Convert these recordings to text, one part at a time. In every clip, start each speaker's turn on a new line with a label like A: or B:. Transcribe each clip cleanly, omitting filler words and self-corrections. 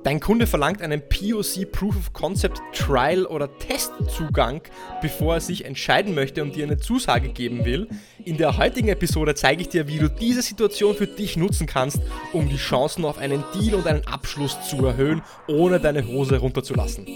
A: Dein Kunde verlangt einen POC, Proof of Concept, Trial oder Testzugang, bevor er sich entscheiden möchte und dir eine Zusage geben will. In der heutigen Episode zeige ich dir, wie du diese Situation für dich nutzen kannst, um die Chancen auf einen Deal und einen Abschluss zu erhöhen, ohne deine Hose runterzulassen.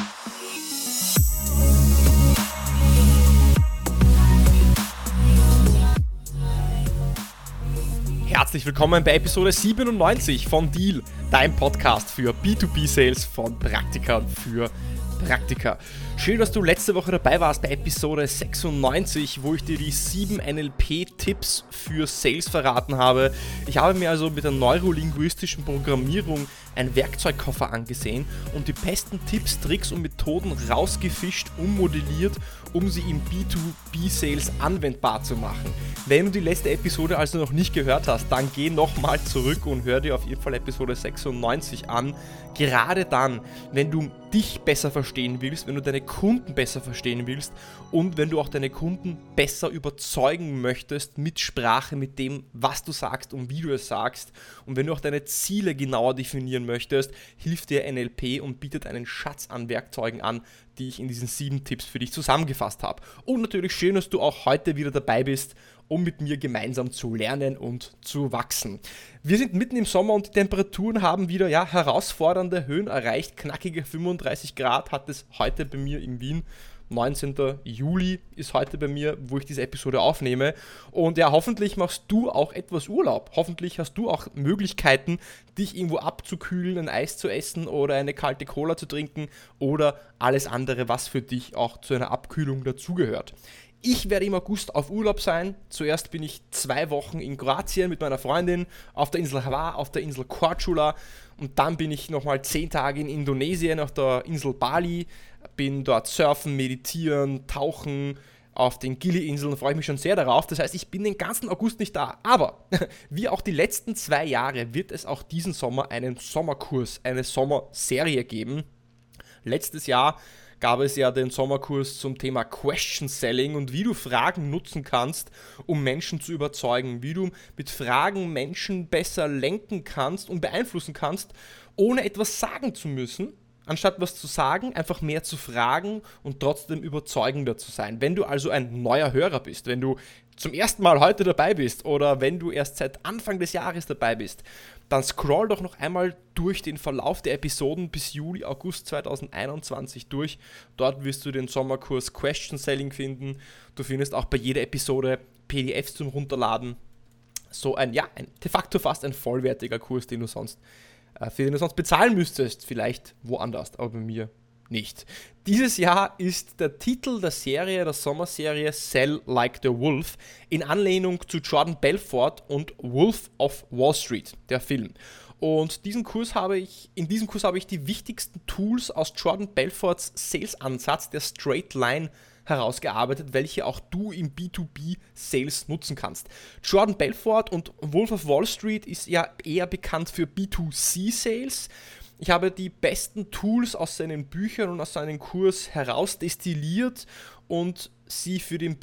A: Herzlich willkommen bei Episode 97 von Deal, dein Podcast für B2B-Sales von Praktikern für Praktiker. Schön, dass du letzte Woche dabei warst bei Episode 96, wo ich dir die 7 NLP-Tipps für Sales verraten habe. Ich habe mir also mit der neurolinguistischen Programmierung einen Werkzeugkoffer angesehen und die besten Tipps, Tricks und Methoden rausgefischt, ummodelliert, um sie im B2B-Sales anwendbar zu machen. Wenn du die letzte Episode also noch nicht gehört hast, dann geh nochmal zurück und hör dir auf jeden Fall Episode 96 an. Gerade dann, wenn du dich besser verstehen willst, wenn du deine Kunden besser verstehen willst und wenn du auch deine Kunden besser überzeugen möchtest mit Sprache, mit dem, was du sagst und wie du es sagst, und wenn du auch deine Ziele genauer definieren möchtest, hilft dir NLP und bietet einen Schatz an Werkzeugen an, die ich in diesen 7 Tipps für dich zusammengefasst habe. Und natürlich schön, dass du auch heute wieder dabei bist, um mit mir gemeinsam zu lernen und zu wachsen. Wir sind mitten im Sommer und die Temperaturen haben wieder herausfordernde Höhen erreicht. Knackige 35 Grad hat es heute bei mir in Wien. 19. Juli ist heute bei mir, wo ich diese Episode aufnehme. Und ja, hoffentlich machst du auch etwas Urlaub. Hoffentlich hast du auch Möglichkeiten, dich irgendwo abzukühlen, ein Eis zu essen oder eine kalte Cola zu trinken oder alles andere, was für dich auch zu einer Abkühlung dazugehört. Ich werde im August auf Urlaub sein. Zuerst bin ich 2 Wochen in Kroatien mit meiner Freundin, auf der Insel Hvar, auf der Insel Korčula, und dann bin ich nochmal 10 Tage in Indonesien auf der Insel Bali, bin dort surfen, meditieren, tauchen auf den Gili-Inseln, freue ich mich schon sehr darauf. Das heißt, ich bin den ganzen August nicht da, aber wie auch die letzten 2 Jahre wird es auch diesen Sommer einen Sommerkurs, eine Sommerserie geben. Letztes Jahr gab es ja den Sommerkurs zum Thema Question Selling und wie du Fragen nutzen kannst, um Menschen zu überzeugen, wie du mit Fragen Menschen besser lenken kannst und beeinflussen kannst, ohne etwas sagen zu müssen. Anstatt was zu sagen, einfach mehr zu fragen und trotzdem überzeugender zu sein. Wenn du also ein neuer Hörer bist, wenn du zum ersten Mal heute dabei bist oder wenn du erst seit Anfang des Jahres dabei bist, dann scroll doch noch einmal durch den Verlauf der Episoden bis Juli, August 2021 durch. Dort wirst du den Sommerkurs Question Selling finden. Du findest auch bei jeder Episode PDFs zum Runterladen. So ein de facto fast ein vollwertiger Kurs, für den du sonst bezahlen müsstest, vielleicht woanders, aber bei mir nicht. Dieses Jahr ist der Titel der Sommerserie Sell Like the Wolf, in Anlehnung zu Jordan Belfort und Wolf of Wall Street, der Film. Und in diesem Kurs habe ich die wichtigsten Tools aus Jordan Belforts Sales-Ansatz, der Straight Line, herausgearbeitet, welche auch du im B2B-Sales nutzen kannst. Jordan Belfort und Wolf of Wall Street ist ja eher bekannt für B2C-Sales. Ich habe die besten Tools aus seinen Büchern und aus seinem Kurs herausdestilliert und sie für den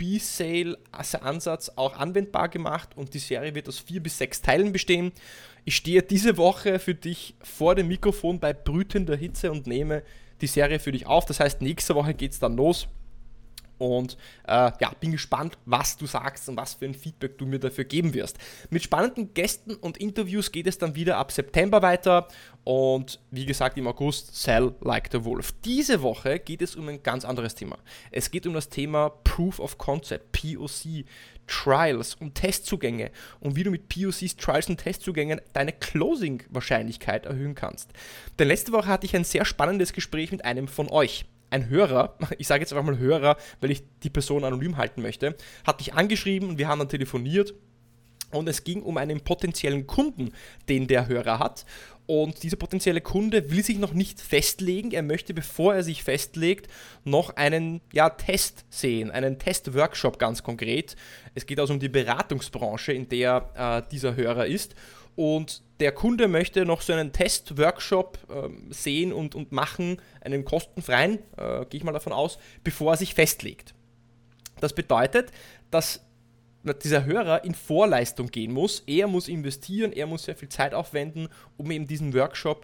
A: B2B-Sale-Ansatz auch anwendbar gemacht, und die Serie wird aus 4 bis 6 Teilen bestehen. Ich stehe diese Woche für dich vor dem Mikrofon bei brütender Hitze und nehme die Serie für dich auf. Das heißt, nächste Woche geht es dann los. Und bin gespannt, was du sagst und was für ein Feedback du mir dafür geben wirst. Mit spannenden Gästen und Interviews geht es dann wieder ab September weiter. Und wie gesagt, im August Sell Like the Wolf. Diese Woche geht es um ein ganz anderes Thema. Es geht um das Thema Proof of Concept, POC, Trials und Testzugänge und wie du mit POCs, Trials und Testzugängen deine Closing-Wahrscheinlichkeit erhöhen kannst. Denn letzte Woche hatte ich ein sehr spannendes Gespräch mit einem von euch. Ein Hörer, ich sage jetzt einfach mal Hörer, weil ich die Person anonym halten möchte, hat mich angeschrieben und wir haben dann telefoniert und es ging um einen potenziellen Kunden, den der Hörer hat. Und dieser potenzielle Kunde will sich noch nicht festlegen. Er möchte, bevor er sich festlegt, noch einen Test sehen, einen Testworkshop ganz konkret. Es geht also um die Beratungsbranche, in der dieser Hörer ist. Und der Kunde möchte noch so einen Testworkshop sehen und machen, einen kostenfreien, gehe ich mal davon aus, bevor er sich festlegt. Das bedeutet, dass dieser Hörer in Vorleistung gehen muss. Er muss investieren, er muss sehr viel Zeit aufwenden, um eben diesen Workshop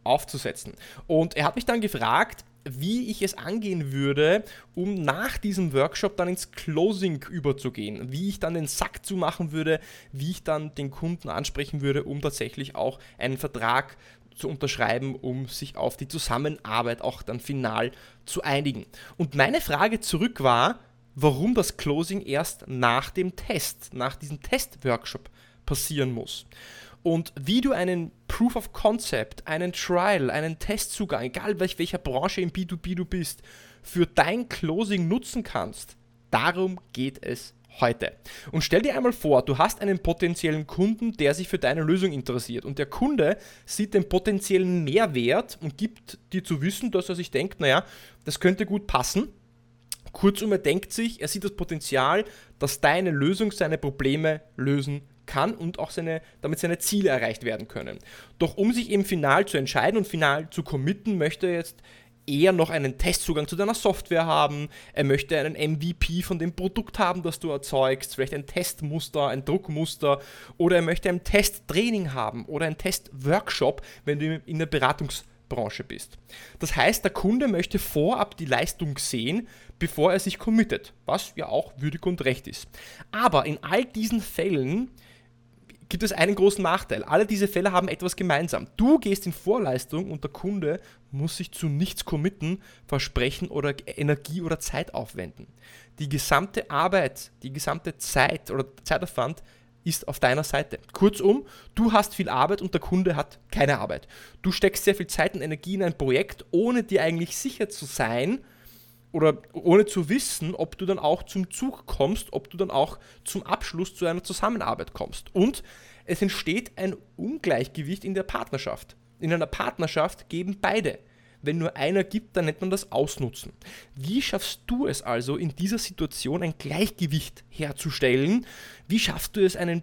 A: aufzusetzen. Und er hat mich dann gefragt, wie ich es angehen würde, um nach diesem Workshop dann ins Closing überzugehen, wie ich dann den Sack zumachen würde, wie ich dann den Kunden ansprechen würde, um tatsächlich auch einen Vertrag zu unterschreiben, um sich auf die Zusammenarbeit auch dann final zu einigen. Und meine Frage zurück war, warum das Closing erst nach dem Test, nach diesem Test-Workshop passieren muss. Und wie du einen Proof of Concept, einen Trial, einen Testzugang, egal welcher Branche im B2B du bist, für dein Closing nutzen kannst, darum geht es heute. Und stell dir einmal vor, du hast einen potenziellen Kunden, der sich für deine Lösung interessiert und der Kunde sieht den potenziellen Mehrwert und gibt dir zu wissen, dass er sich denkt, naja, das könnte gut passen. Kurzum, er denkt sich, er sieht das Potenzial, dass deine Lösung seine Probleme lösen kann und auch damit seine Ziele erreicht werden können. Doch um sich eben final zu entscheiden und final zu committen, möchte er jetzt eher noch einen Testzugang zu deiner Software haben, er möchte einen MVP von dem Produkt haben, das du erzeugst, vielleicht ein Testmuster, ein Druckmuster oder er möchte ein Testtraining haben oder ein Testworkshop, wenn du in der Beratungsbranche bist. Das heißt, der Kunde möchte vorab die Leistung sehen, bevor er sich committet, was ja auch würdig und recht ist. Aber in all diesen Fällen gibt es einen großen Nachteil. Alle diese Fälle haben etwas gemeinsam. Du gehst in Vorleistung und der Kunde muss sich zu nichts committen, versprechen oder Energie oder Zeit aufwenden. Die gesamte Arbeit, die gesamte Zeit oder Zeitaufwand ist auf deiner Seite. Kurzum, du hast viel Arbeit und der Kunde hat keine Arbeit. Du steckst sehr viel Zeit und Energie in ein Projekt, ohne dir eigentlich sicher zu sein, oder ohne zu wissen, ob du dann auch zum Zug kommst, ob du dann auch zum Abschluss zu einer Zusammenarbeit kommst. Und es entsteht ein Ungleichgewicht in der Partnerschaft. In einer Partnerschaft geben beide. Wenn nur einer gibt, dann nennt man das Ausnutzen. Wie schaffst du es also, in dieser Situation ein Gleichgewicht herzustellen? Wie schaffst du es, einen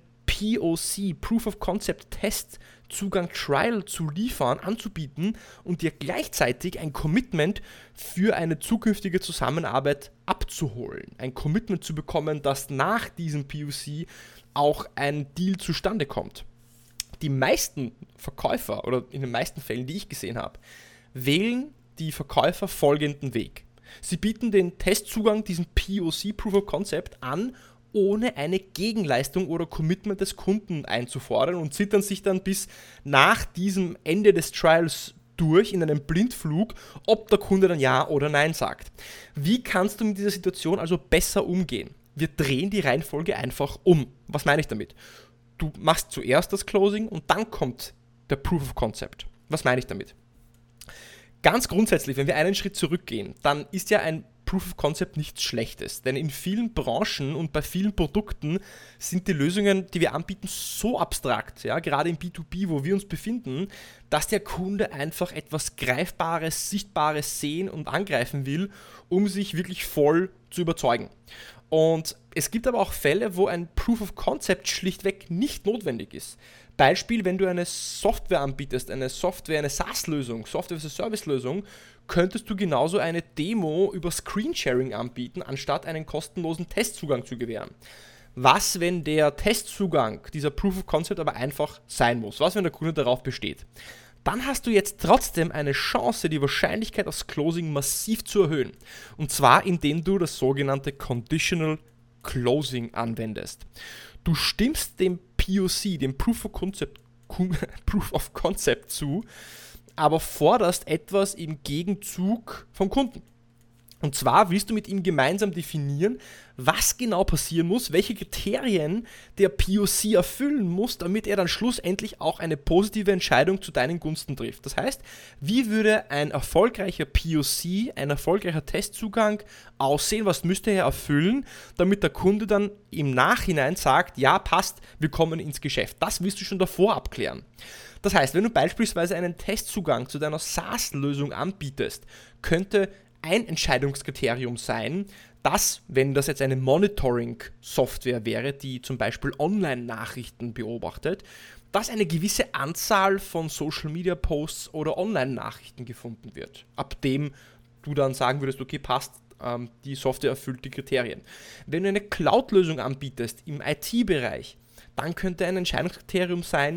A: POC, Proof of Concept Test, Zugang Trial zu liefern, anzubieten und dir gleichzeitig ein Commitment für eine zukünftige Zusammenarbeit abzuholen. Ein Commitment zu bekommen, dass nach diesem POC auch ein Deal zustande kommt. Die meisten Verkäufer oder in den meisten Fällen, die ich gesehen habe, wählen die Verkäufer folgenden Weg. Sie bieten den Testzugang, diesen POC, Proof of Concept, an, ohne eine Gegenleistung oder Commitment des Kunden einzufordern und zittern sich dann bis nach diesem Ende des Trials durch in einem Blindflug, ob der Kunde dann Ja oder Nein sagt. Wie kannst du mit dieser Situation also besser umgehen? Wir drehen die Reihenfolge einfach um. Was meine ich damit? Du machst zuerst das Closing und dann kommt der Proof of Concept. Was meine ich damit? Ganz grundsätzlich, wenn wir einen Schritt zurückgehen, dann ist ja ein Proof of Concept nichts Schlechtes, denn in vielen Branchen und bei vielen Produkten sind die Lösungen, die wir anbieten, so abstrakt, ja, gerade im B2B, wo wir uns befinden, dass der Kunde einfach etwas Greifbares, Sichtbares sehen und angreifen will, um sich wirklich voll zu überzeugen. Und es gibt aber auch Fälle, wo ein Proof of Concept schlichtweg nicht notwendig ist. Beispiel, wenn du eine Software anbietest, eine SaaS-Lösung, Software-as-a-Service-Lösung, könntest du genauso eine Demo über Screensharing anbieten, anstatt einen kostenlosen Testzugang zu gewähren. Was, wenn der Testzugang, dieser Proof of Concept aber einfach sein muss? Was, wenn der Kunde darauf besteht? Dann hast du jetzt trotzdem eine Chance, die Wahrscheinlichkeit aufs Closing massiv zu erhöhen. Und zwar, indem du das sogenannte Conditional Closing anwendest. Du stimmst dem POC, dem Proof of Concept zu, aber forderst etwas im Gegenzug vom Kunden. Und zwar willst du mit ihm gemeinsam definieren, was genau passieren muss, welche Kriterien der POC erfüllen muss, damit er dann schlussendlich auch eine positive Entscheidung zu deinen Gunsten trifft. Das heißt, wie würde ein erfolgreicher POC, ein erfolgreicher Testzugang aussehen, was müsste er erfüllen, damit der Kunde dann im Nachhinein sagt, ja passt, wir kommen ins Geschäft. Das willst du schon davor abklären. Das heißt, wenn du beispielsweise einen Testzugang zu deiner SaaS-Lösung anbietest, könnte ein Entscheidungskriterium sein, dass, wenn das jetzt eine Monitoring-Software wäre, die zum Beispiel Online-Nachrichten beobachtet, dass eine gewisse Anzahl von Social-Media-Posts oder Online-Nachrichten gefunden wird, ab dem du dann sagen würdest, okay, passt, die Software erfüllt die Kriterien. Wenn du eine Cloud-Lösung anbietest im IT-Bereich, dann könnte ein Entscheidungskriterium sein,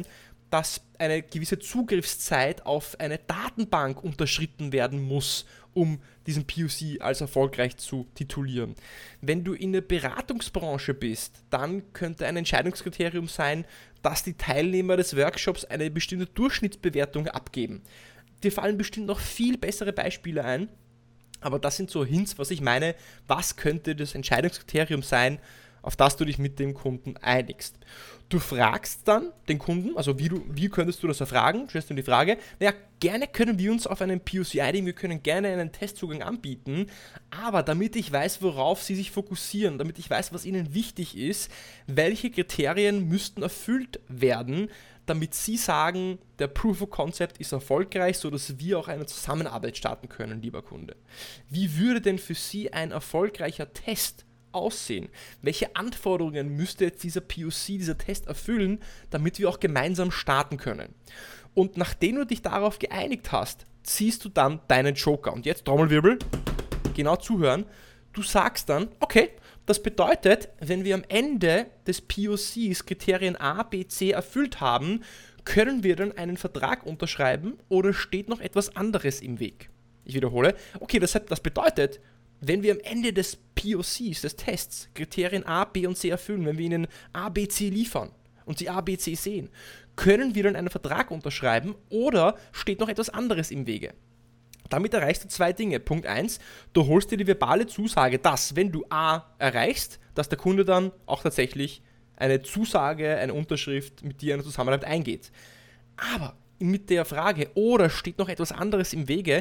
A: dass eine gewisse Zugriffszeit auf eine Datenbank unterschritten werden muss, um diesen POC als erfolgreich zu titulieren. Wenn du in der Beratungsbranche bist, dann könnte ein Entscheidungskriterium sein, dass die Teilnehmer des Workshops eine bestimmte Durchschnittsbewertung abgeben. Dir fallen bestimmt noch viel bessere Beispiele ein, aber das sind so Hints, was ich meine, was könnte das Entscheidungskriterium sein, auf das du dich mit dem Kunden einigst. Du fragst dann den Kunden, also wie könntest du das erfragen? Stellst du die Frage, gerne können wir uns auf einen POC einigen, wir können gerne einen Testzugang anbieten, aber damit ich weiß, worauf sie sich fokussieren, damit ich weiß, was ihnen wichtig ist, welche Kriterien müssten erfüllt werden, damit sie sagen, der Proof of Concept ist erfolgreich, sodass wir auch eine Zusammenarbeit starten können, lieber Kunde. Wie würde denn für Sie ein erfolgreicher Test aussehen? Welche Anforderungen müsste jetzt dieser POC, dieser Test erfüllen, damit wir auch gemeinsam starten können? Und nachdem du dich darauf geeinigt hast, ziehst du dann deinen Joker. Und jetzt Trommelwirbel, genau zuhören. Du sagst dann, okay, das bedeutet, wenn wir am Ende des POCs Kriterien A, B, C erfüllt haben, können wir dann einen Vertrag unterschreiben oder steht noch etwas anderes im Weg? Ich wiederhole, okay, das bedeutet, wenn wir am Ende des POCs, des Tests, Kriterien A, B und C erfüllen, wenn wir ihnen A, B, C liefern und sie A, B, C sehen, können wir dann einen Vertrag unterschreiben oder steht noch etwas anderes im Wege? Damit erreichst du zwei Dinge. Punkt 1, du holst dir die verbale Zusage, dass, wenn du A erreichst, dass der Kunde dann auch tatsächlich eine Zusage, eine Unterschrift mit dir in eine Zusammenarbeit eingeht. Aber mit der Frage, oder steht noch etwas anderes im Wege,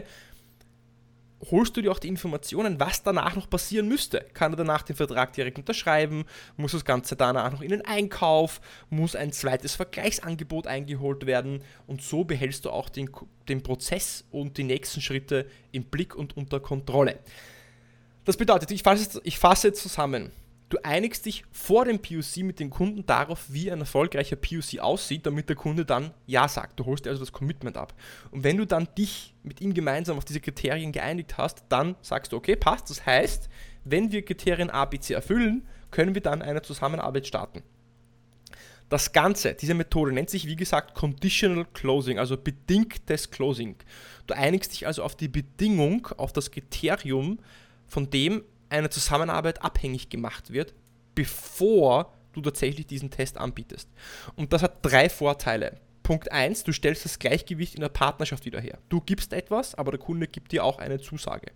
A: holst du dir auch die Informationen, was danach noch passieren müsste. Kann er danach den Vertrag direkt unterschreiben? Muss das Ganze danach noch in den Einkauf? Muss ein zweites Vergleichsangebot eingeholt werden? Und so behältst du auch den Prozess und die nächsten Schritte im Blick und unter Kontrolle. Das bedeutet, ich fasse zusammen. Du einigst dich vor dem POC mit dem Kunden darauf, wie ein erfolgreicher POC aussieht, damit der Kunde dann Ja sagt. Du holst dir also das Commitment ab. Und wenn du dann dich mit ihm gemeinsam auf diese Kriterien geeinigt hast, dann sagst du, okay, passt. Das heißt, wenn wir Kriterien A, B, C erfüllen, können wir dann eine Zusammenarbeit starten. Das Ganze, diese Methode nennt sich, wie gesagt, Conditional Closing, also bedingtes Closing. Du einigst dich also auf die Bedingung, auf das Kriterium, von dem eine Zusammenarbeit abhängig gemacht wird, bevor du tatsächlich diesen Test anbietest. Und das hat 3 Vorteile. Punkt 1, du stellst das Gleichgewicht in der Partnerschaft wieder her. Du gibst etwas, aber der Kunde gibt dir auch eine Zusage.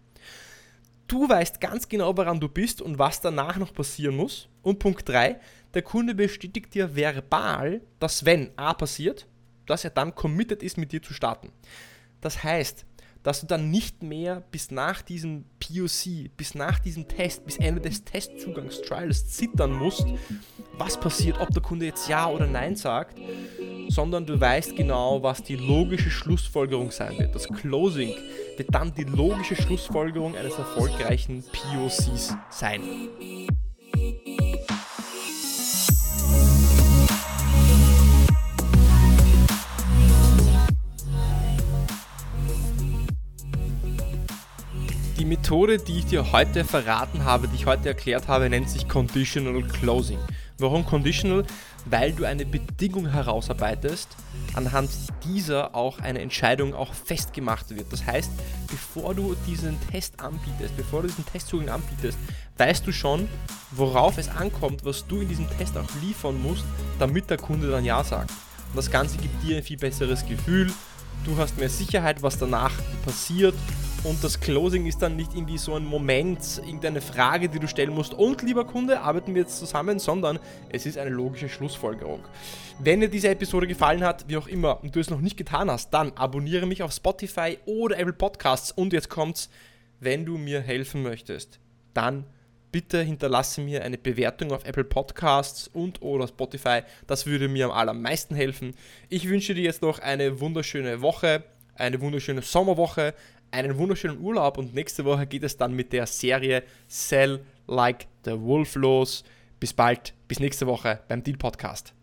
A: Du weißt ganz genau, woran du bist und was danach noch passieren muss. Und Punkt 3, der Kunde bestätigt dir verbal, dass wenn A passiert, dass er dann committed ist, mit dir zu starten. Das heißt, dass du dann nicht mehr bis nach diesem POC, bis nach diesem Test, bis Ende des Testzugangs-Trials zittern musst, was passiert, ob der Kunde jetzt Ja oder Nein sagt, sondern du weißt genau, was die logische Schlussfolgerung sein wird. Das Closing wird dann die logische Schlussfolgerung eines erfolgreichen POCs sein. Die Methode, die ich dir heute verraten habe, die ich heute erklärt habe, nennt sich Conditional Closing. Warum Conditional? Weil du eine Bedingung herausarbeitest, anhand dieser auch eine Entscheidung auch festgemacht wird. Das heißt, bevor du diesen Test anbietest, bevor du diesen Testzugang anbietest, weißt du schon, worauf es ankommt, was du in diesem Test auch liefern musst, damit der Kunde dann Ja sagt. Und das Ganze gibt dir ein viel besseres Gefühl, du hast mehr Sicherheit, was danach passiert. Und das Closing ist dann nicht irgendwie so ein Moment, irgendeine Frage, die du stellen musst. Und lieber Kunde, arbeiten wir jetzt zusammen, sondern es ist eine logische Schlussfolgerung. Wenn dir diese Episode gefallen hat, wie auch immer, und du es noch nicht getan hast, dann abonniere mich auf Spotify oder Apple Podcasts. Und jetzt kommt's, wenn du mir helfen möchtest, dann bitte hinterlasse mir eine Bewertung auf Apple Podcasts und oder Spotify. Das würde mir am allermeisten helfen. Ich wünsche dir jetzt noch eine wunderschöne Woche, eine wunderschöne Sommerwoche, einen wunderschönen Urlaub und nächste Woche geht es dann mit der Serie Sell Like the Wolf los. Bis bald, bis nächste Woche beim Deal Podcast.